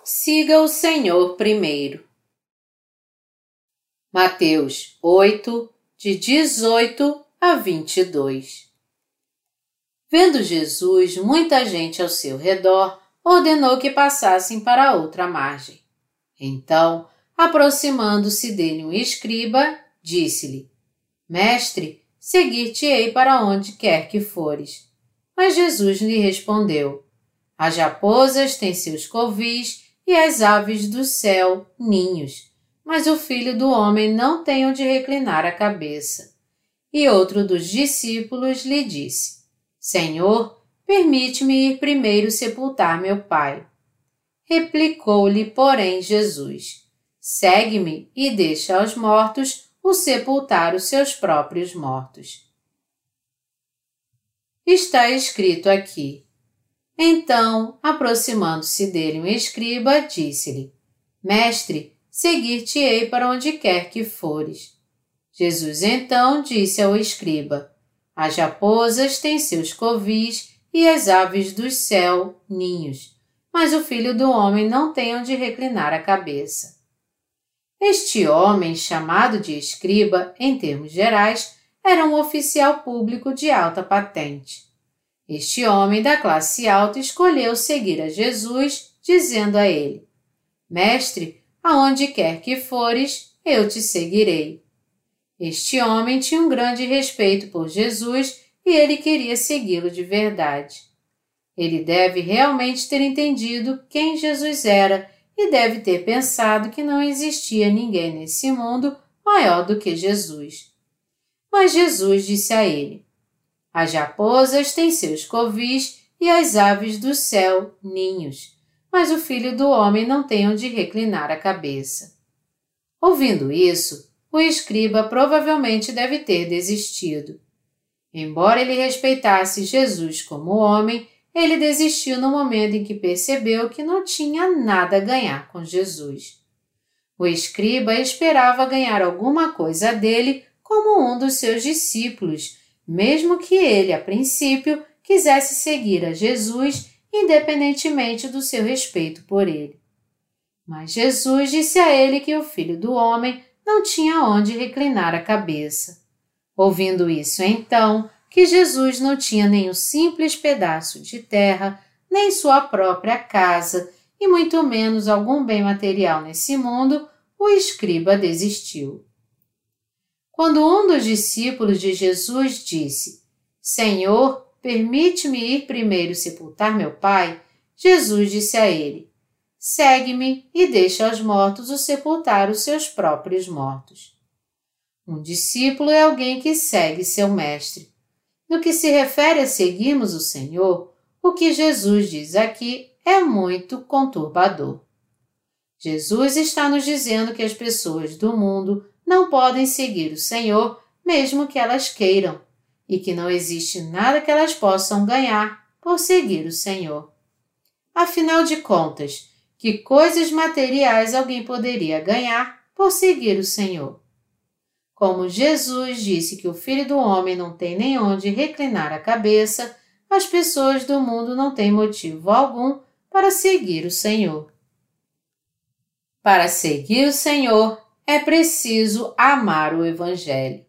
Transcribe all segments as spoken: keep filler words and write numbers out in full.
Siga o Senhor primeiro. Mateus oito, de dezoito a vinte e dois. Vendo Jesus muita gente ao seu redor, ordenou que passassem para a outra margem. Então, aproximando-se dele um escriba, disse-lhe: Mestre, seguir-te-ei para onde quer que fores. Mas Jesus lhe respondeu: As raposas têm seus covis e as aves do céu ninhos, mas o Filho do Homem não tem onde reclinar a cabeça. E outro dos discípulos lhe disse: Senhor, permite-me ir primeiro sepultar meu pai. Replicou-lhe, porém, Jesus: Segue-me e deixa aos mortos o sepultar os seus próprios mortos. Está escrito aqui. Então, aproximando-se dele um escriba, disse-lhe: Mestre, seguir-te-ei para onde quer que fores. Jesus então disse ao escriba: As raposas têm seus covis e as aves do céu ninhos, mas o Filho do Homem não tem onde reclinar a cabeça. Este homem, chamado de escriba, em termos gerais, era um oficial público de alta patente. Este homem da classe alta escolheu seguir a Jesus, dizendo a ele: Mestre, aonde quer que fores, eu te seguirei. Este homem tinha um grande respeito por Jesus e ele queria segui-lo de verdade. Ele deve realmente ter entendido quem Jesus era e deve ter pensado que não existia ninguém nesse mundo maior do que Jesus. Mas Jesus disse a ele: As raposas têm seus covis e as aves do céu ninhos, mas o Filho do Homem não tem onde reclinar a cabeça. Ouvindo isso, o escriba provavelmente deve ter desistido. Embora ele respeitasse Jesus como homem, ele desistiu no momento em que percebeu que não tinha nada a ganhar com Jesus. O escriba esperava ganhar alguma coisa dele como um dos seus discípulos, mesmo que ele, a princípio, quisesse seguir a Jesus, independentemente do seu respeito por ele. Mas Jesus disse a ele que o Filho do Homem não tinha onde reclinar a cabeça. Ouvindo isso, então, que Jesus não tinha nem um simples pedaço de terra, nem sua própria casa, e muito menos algum bem material nesse mundo, o escriba desistiu. Quando um dos discípulos de Jesus disse: Senhor, permite-me ir primeiro sepultar meu pai, Jesus disse a ele: Segue-me e deixa aos mortos o sepultar os seus próprios mortos. Um discípulo é alguém que segue seu mestre. No que se refere a seguirmos o Senhor, o que Jesus diz aqui é muito conturbador. Jesus está nos dizendo que as pessoas do mundo não podem seguir o Senhor mesmo que elas queiram, e que não existe nada que elas possam ganhar por seguir o Senhor. Afinal de contas, que coisas materiais alguém poderia ganhar por seguir o Senhor? Como Jesus disse que o Filho do Homem não tem nem onde reclinar a cabeça, as pessoas do mundo não têm motivo algum para seguir o Senhor. Para seguir o Senhor, é preciso amar o Evangelho.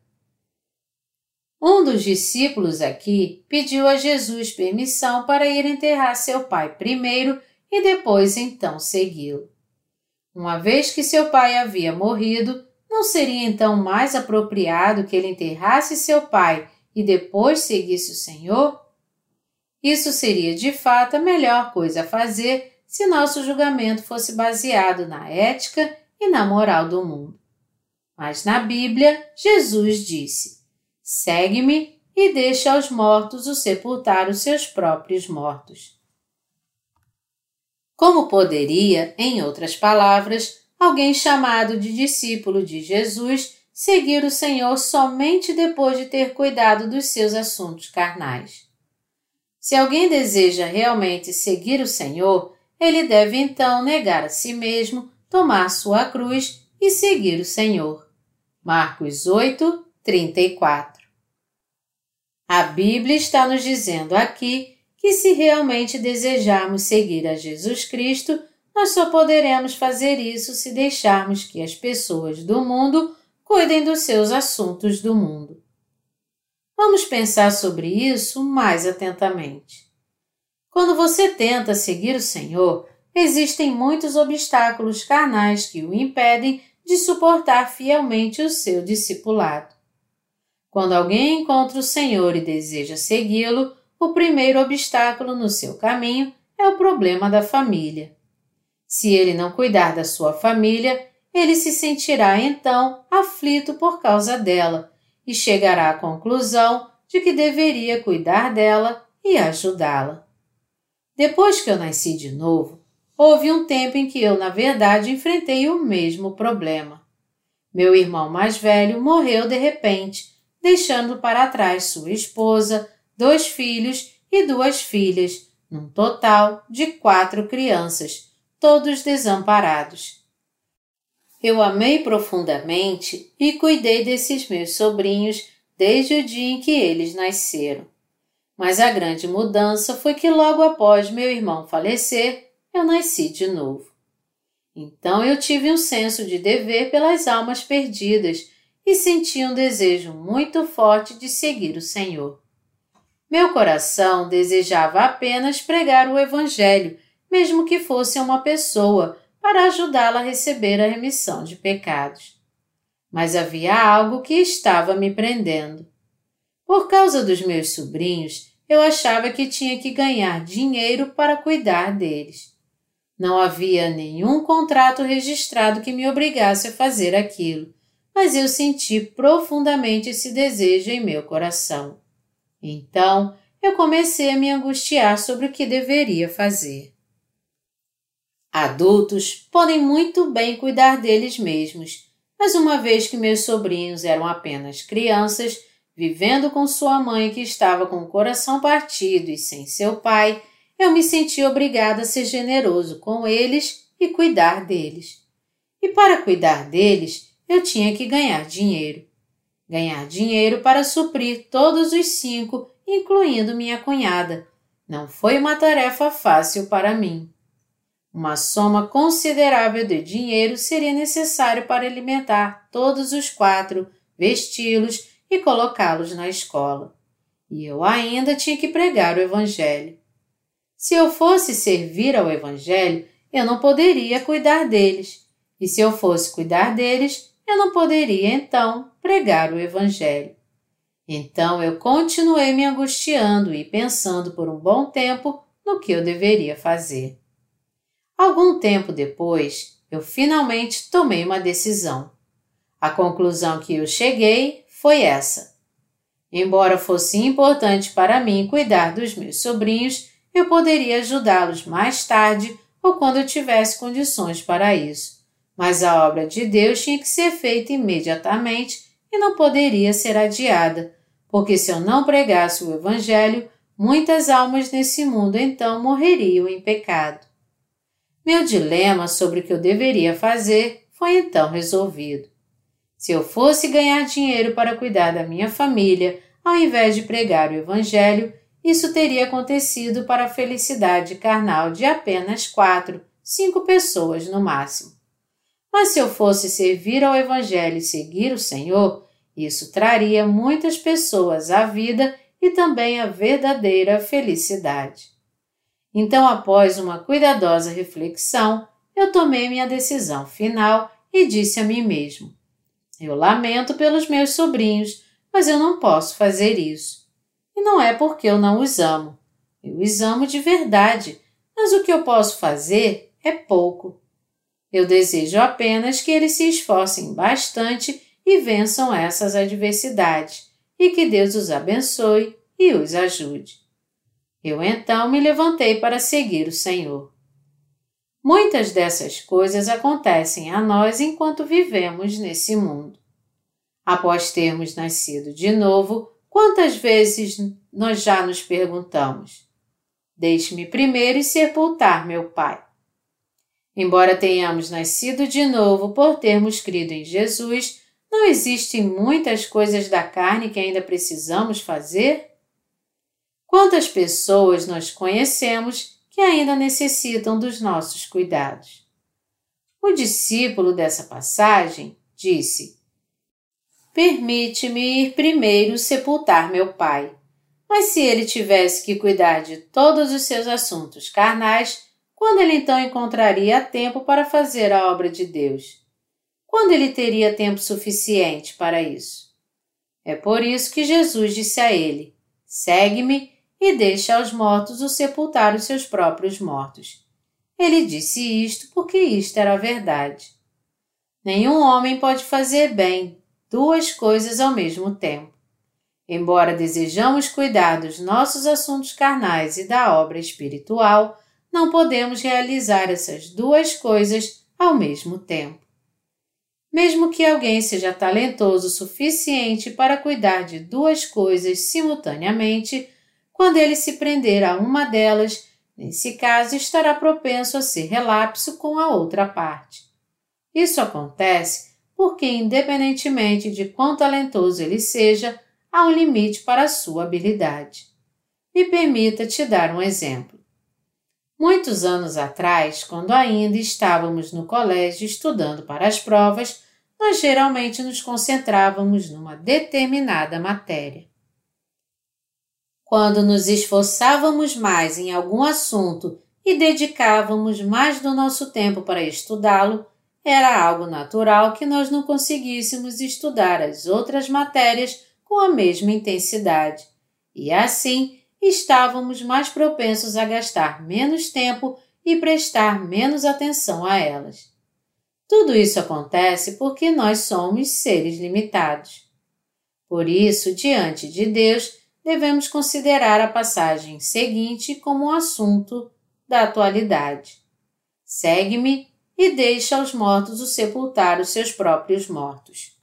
Um dos discípulos aqui pediu a Jesus permissão para ir enterrar seu pai primeiro e depois então segui-lo. Uma vez que seu pai havia morrido, não seria então mais apropriado que ele enterrasse seu pai e depois seguisse o Senhor? Isso seria de fato a melhor coisa a fazer se nosso julgamento fosse baseado na ética e na moral do mundo. Mas na Bíblia, Jesus disse: Segue-me e deixa aos mortos o sepultar os seus próprios mortos. Como poderia, em outras palavras, alguém chamado de discípulo de Jesus seguir o Senhor somente depois de ter cuidado dos seus assuntos carnais? Se alguém deseja realmente seguir o Senhor, ele deve então negar a si mesmo, tomar sua cruz e seguir o Senhor. Marcos oito, trinta e quatro. A Bíblia está nos dizendo aqui que se realmente desejarmos seguir a Jesus Cristo, nós só poderemos fazer isso se deixarmos que as pessoas do mundo cuidem dos seus assuntos do mundo. Vamos pensar sobre isso mais atentamente. Quando você tenta seguir o Senhor, existem muitos obstáculos carnais que o impedem de suportar fielmente o seu discipulado. Quando alguém encontra o Senhor e deseja segui-lo, o primeiro obstáculo no seu caminho é o problema da família. Se ele não cuidar da sua família, ele se sentirá então aflito por causa dela e chegará à conclusão de que deveria cuidar dela e ajudá-la. Depois que eu nasci de novo, houve um tempo em que eu, na verdade, enfrentei o mesmo problema. Meu irmão mais velho morreu de repente, deixando para trás sua esposa, dois filhos e duas filhas, num total de quatro crianças, todos desamparados. Eu amei profundamente e cuidei desses meus sobrinhos desde o dia em que eles nasceram. Mas a grande mudança foi que logo após meu irmão falecer, eu nasci de novo. Então eu tive um senso de dever pelas almas perdidas e senti um desejo muito forte de seguir o Senhor. Meu coração desejava apenas pregar o Evangelho, mesmo que fosse a uma pessoa, para ajudá-la a receber a remissão de pecados. Mas havia algo que estava me prendendo. Por causa dos meus sobrinhos, eu achava que tinha que ganhar dinheiro para cuidar deles. Não havia nenhum contrato registrado que me obrigasse a fazer aquilo, mas eu senti profundamente esse desejo em meu coração. Então, eu comecei a me angustiar sobre o que deveria fazer. Adultos podem muito bem cuidar deles mesmos, mas uma vez que meus sobrinhos eram apenas crianças, vivendo com sua mãe que estava com o coração partido e sem seu pai, eu me senti obrigada a ser generoso com eles e cuidar deles. E para cuidar deles, eu tinha que ganhar dinheiro. Ganhar dinheiro para suprir todos os cinco, incluindo minha cunhada. Não foi uma tarefa fácil para mim. Uma soma considerável de dinheiro seria necessário para alimentar todos os quatro, vesti-los e colocá-los na escola. E eu ainda tinha que pregar o Evangelho. Se eu fosse servir ao Evangelho, eu não poderia cuidar deles. E se eu fosse cuidar deles, eu não poderia, então, pregar o Evangelho. Então eu continuei me angustiando e pensando por um bom tempo no que eu deveria fazer. Algum tempo depois, eu finalmente tomei uma decisão. A conclusão que eu cheguei foi essa. Embora fosse importante para mim cuidar dos meus sobrinhos, eu poderia ajudá-los mais tarde ou quando eu tivesse condições para isso. Mas a obra de Deus tinha que ser feita imediatamente e não poderia ser adiada, porque se eu não pregasse o Evangelho, muitas almas nesse mundo então morreriam em pecado. Meu dilema sobre o que eu deveria fazer foi então resolvido. Se eu fosse ganhar dinheiro para cuidar da minha família, ao invés de pregar o Evangelho, isso teria acontecido para a felicidade carnal de apenas quatro, cinco pessoas no máximo. Mas se eu fosse servir ao Evangelho e seguir o Senhor, isso traria muitas pessoas à vida e também a verdadeira felicidade. Então, após uma cuidadosa reflexão, eu tomei minha decisão final e disse a mim mesmo: eu lamento pelos meus sobrinhos, mas eu não posso fazer isso. E não é porque eu não os amo. Eu os amo de verdade, mas o que eu posso fazer é pouco. Eu desejo apenas que eles se esforcem bastante e vençam essas adversidades, e que Deus os abençoe e os ajude. Eu então me levantei para seguir o Senhor. Muitas dessas coisas acontecem a nós enquanto vivemos nesse mundo. Após termos nascido de novo, quantas vezes nós já nos perguntamos: deixe-me primeiro sepultar meu pai. Embora tenhamos nascido de novo por termos crido em Jesus, não existem muitas coisas da carne que ainda precisamos fazer? Quantas pessoas nós conhecemos que ainda necessitam dos nossos cuidados. O discípulo dessa passagem disse: permite-me ir primeiro sepultar meu pai. Mas se ele tivesse que cuidar de todos os seus assuntos carnais, quando ele então encontraria tempo para fazer a obra de Deus? Quando ele teria tempo suficiente para isso? É por isso que Jesus disse a ele: segue-me e deixa aos mortos o sepultar os seus próprios mortos. Ele disse isto porque isto era a verdade. Nenhum homem pode fazer bem duas coisas ao mesmo tempo. Embora desejamos cuidar dos nossos assuntos carnais e da obra espiritual, não podemos realizar essas duas coisas ao mesmo tempo. Mesmo que alguém seja talentoso o suficiente para cuidar de duas coisas simultaneamente, quando ele se prender a uma delas, nesse caso estará propenso a ser relapso com a outra parte. Isso acontece porque, independentemente de quão talentoso ele seja, há um limite para a sua habilidade. Me permita te dar um exemplo. Muitos anos atrás, quando ainda estávamos no colégio estudando para as provas, nós geralmente nos concentrávamos numa determinada matéria. Quando nos esforçávamos mais em algum assunto e dedicávamos mais do nosso tempo para estudá-lo, era algo natural que nós não conseguíssemos estudar as outras matérias com a mesma intensidade, e assim estávamos mais propensos a gastar menos tempo e prestar menos atenção a elas. Tudo isso acontece porque nós somos seres limitados. Por isso, diante de Deus, devemos considerar a passagem seguinte como um assunto da atualidade. Segue-me e deixa aos mortos o sepultar os seus próprios mortos.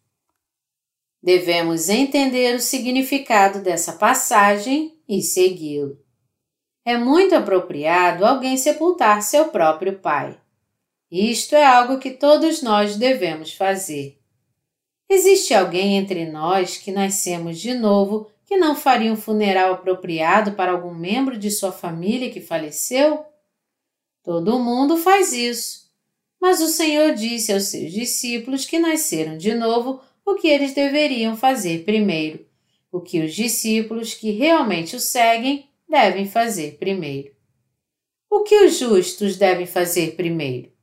Devemos entender o significado dessa passagem e segui-lo. É muito apropriado alguém sepultar seu próprio pai. Isto é algo que todos nós devemos fazer. Existe alguém entre nós que nascemos de novo que não faria um funeral apropriado para algum membro de sua família que faleceu? Todo mundo faz isso. Mas o Senhor disse aos seus discípulos que nasceram de novo o que eles deveriam fazer primeiro, o que os discípulos que realmente o seguem devem fazer primeiro. O que os justos devem fazer primeiro?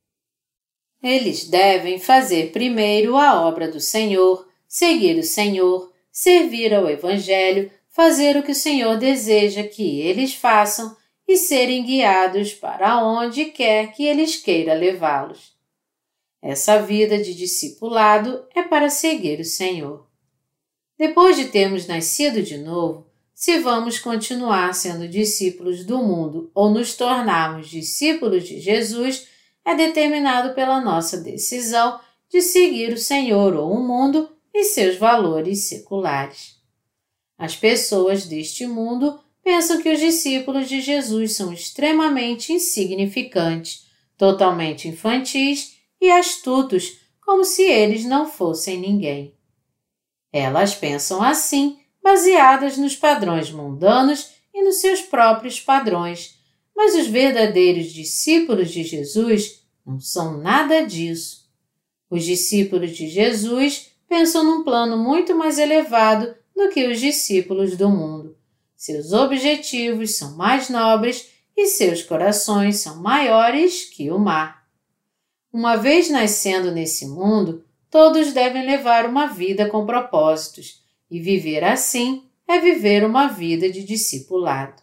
Eles devem fazer primeiro a obra do Senhor, seguir o Senhor, servir ao Evangelho, fazer o que o Senhor deseja que eles façam e serem guiados para onde quer que eles queira levá-los. Essa vida de discipulado é para seguir o Senhor. Depois de termos nascido de novo, se vamos continuar sendo discípulos do mundo ou nos tornarmos discípulos de Jesus, é determinado pela nossa decisão de seguir o Senhor ou o mundo e seus valores seculares. As pessoas deste mundo pensam que os discípulos de Jesus são extremamente insignificantes, totalmente infantis e astutos, como se eles não fossem ninguém. Elas pensam assim, baseadas nos padrões mundanos e nos seus próprios padrões, mas os verdadeiros discípulos de Jesus não são nada disso. Os discípulos de Jesus pensam num plano muito mais elevado do que os discípulos do mundo. Seus objetivos são mais nobres e seus corações são maiores que o mar. Uma vez nascendo nesse mundo, todos devem levar uma vida com propósitos, e viver assim é viver uma vida de discipulado.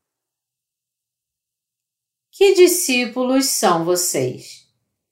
Que discípulos são vocês?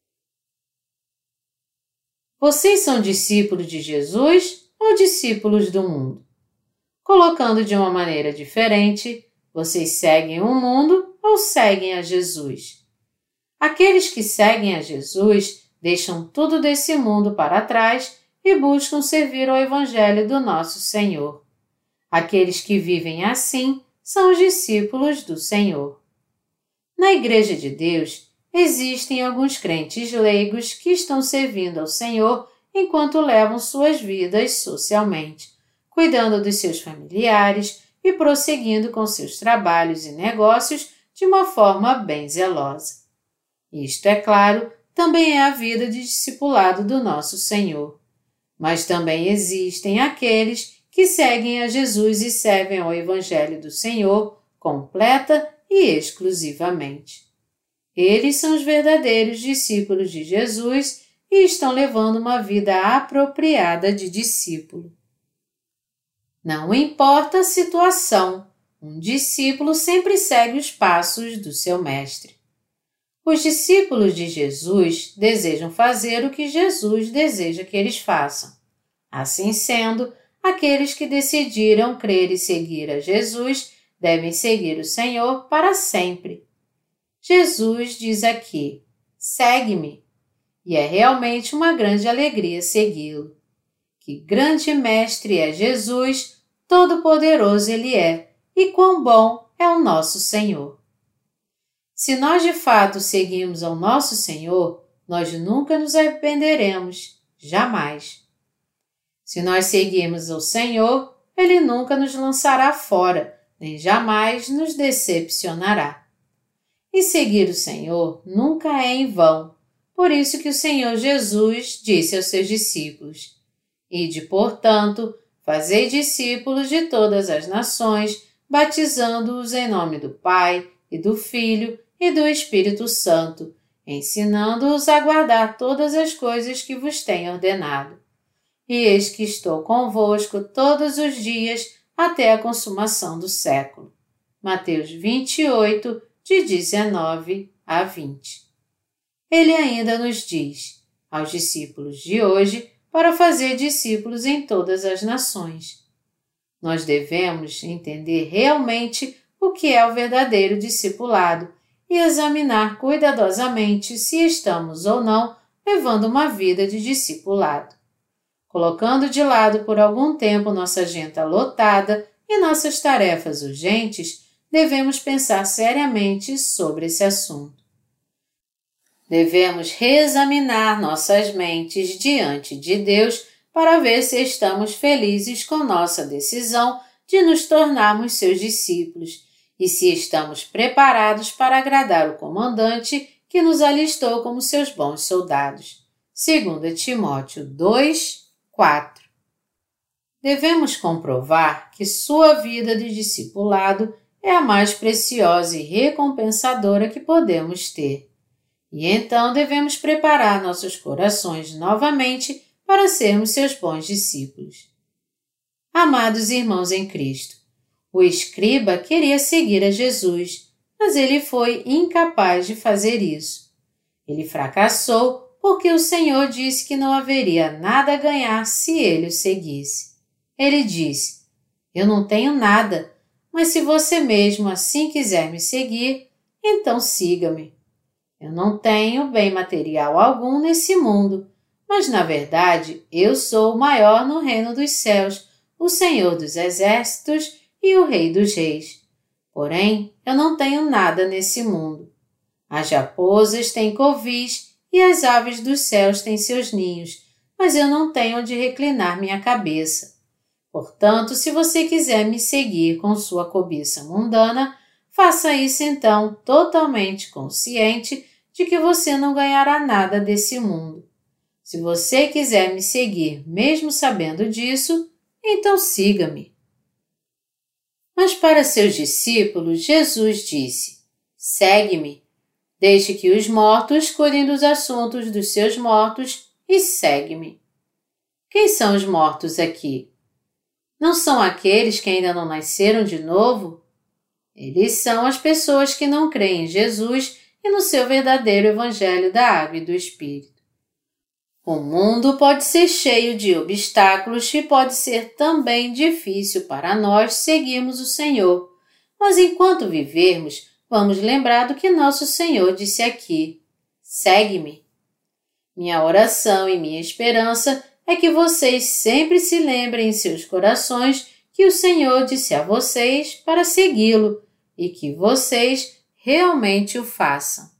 Vocês são discípulos de Jesus ou discípulos do mundo? Colocando de uma maneira diferente, vocês seguem o mundo ou seguem a Jesus? Aqueles que seguem a Jesus deixam tudo desse mundo para trás e buscam servir ao Evangelho do nosso Senhor. Aqueles que vivem assim são os discípulos do Senhor. Na Igreja de Deus, existem alguns crentes leigos que estão servindo ao Senhor enquanto levam suas vidas socialmente, cuidando dos seus familiares e prosseguindo com seus trabalhos e negócios de uma forma bem zelosa. Isto, é claro, também é a vida de discipulado do nosso Senhor. Mas também existem aqueles que seguem a Jesus e servem ao Evangelho do Senhor completa e exclusivamente. Eles são os verdadeiros discípulos de Jesus e estão levando uma vida apropriada de discípulo. Não importa a situação, um discípulo sempre segue os passos do seu mestre. Os discípulos de Jesus desejam fazer o que Jesus deseja que eles façam. Assim sendo, aqueles que decidiram crer e seguir a Jesus devem seguir o Senhor para sempre. Jesus diz aqui, segue-me, e é realmente uma grande alegria segui-lo. Que grande mestre é Jesus, todo-poderoso Ele é, e quão bom é o nosso Senhor. Se nós de fato seguimos ao nosso Senhor, nós nunca nos arrependeremos, jamais. Se nós seguirmos ao Senhor, Ele nunca nos lançará fora, nem jamais nos decepcionará. E seguir o Senhor nunca é em vão, por isso que o Senhor Jesus disse aos seus discípulos, Ide, portanto, fazei discípulos de todas as nações, batizando-os em nome do Pai, e do Filho, e do Espírito Santo, ensinando-os a guardar todas as coisas que vos tenho ordenado. E eis que estou convosco todos os dias até a consumação do século. Mateus vinte e oito, de dezenove a vinte. Ele ainda nos diz, aos discípulos de hoje, para fazer discípulos em todas as nações. Nós devemos entender realmente o que é o verdadeiro discipulado e examinar cuidadosamente se estamos ou não levando uma vida de discipulado. Colocando de lado por algum tempo nossa agenda lotada e nossas tarefas urgentes, devemos pensar seriamente sobre esse assunto. Devemos reexaminar nossas mentes diante de Deus para ver se estamos felizes com nossa decisão de nos tornarmos seus discípulos e se estamos preparados para agradar o comandante que nos alistou como seus bons soldados. Segunda Timóteo dois, quatro. Devemos comprovar que sua vida de discipulado é a mais preciosa e recompensadora que podemos ter. E então devemos preparar nossos corações novamente para sermos seus bons discípulos. Amados irmãos em Cristo, o escriba queria seguir a Jesus, mas ele foi incapaz de fazer isso. Ele fracassou porque o Senhor disse que não haveria nada a ganhar se ele o seguisse. Ele disse, eu não tenho nada, mas se você mesmo assim quiser me seguir, então siga-me. Eu não tenho bem material algum nesse mundo, mas na verdade eu sou o maior no reino dos céus, o Senhor dos exércitos e o Rei dos reis. Porém, eu não tenho nada nesse mundo. As raposas têm covis e as aves dos céus têm seus ninhos, mas eu não tenho onde reclinar minha cabeça. Portanto, se você quiser me seguir com sua cobiça mundana, faça isso então totalmente consciente de que você não ganhará nada desse mundo. Se você quiser me seguir mesmo sabendo disso, então siga-me. Mas para seus discípulos, Jesus disse, segue-me, deixe que os mortos cuidem dos assuntos dos seus mortos e segue-me. Quem são os mortos aqui? Não são aqueles que ainda não nasceram de novo? Eles são as pessoas que não creem em Jesus e no seu verdadeiro evangelho da água e do Espírito. O mundo pode ser cheio de obstáculos e pode ser também difícil para nós seguirmos o Senhor, mas enquanto vivermos, vamos lembrar do que nosso Senhor disse aqui, segue-me. Minha oração e minha esperança é que vocês sempre se lembrem em seus corações que o Senhor disse a vocês para segui-lo e que vocês realmente o façam.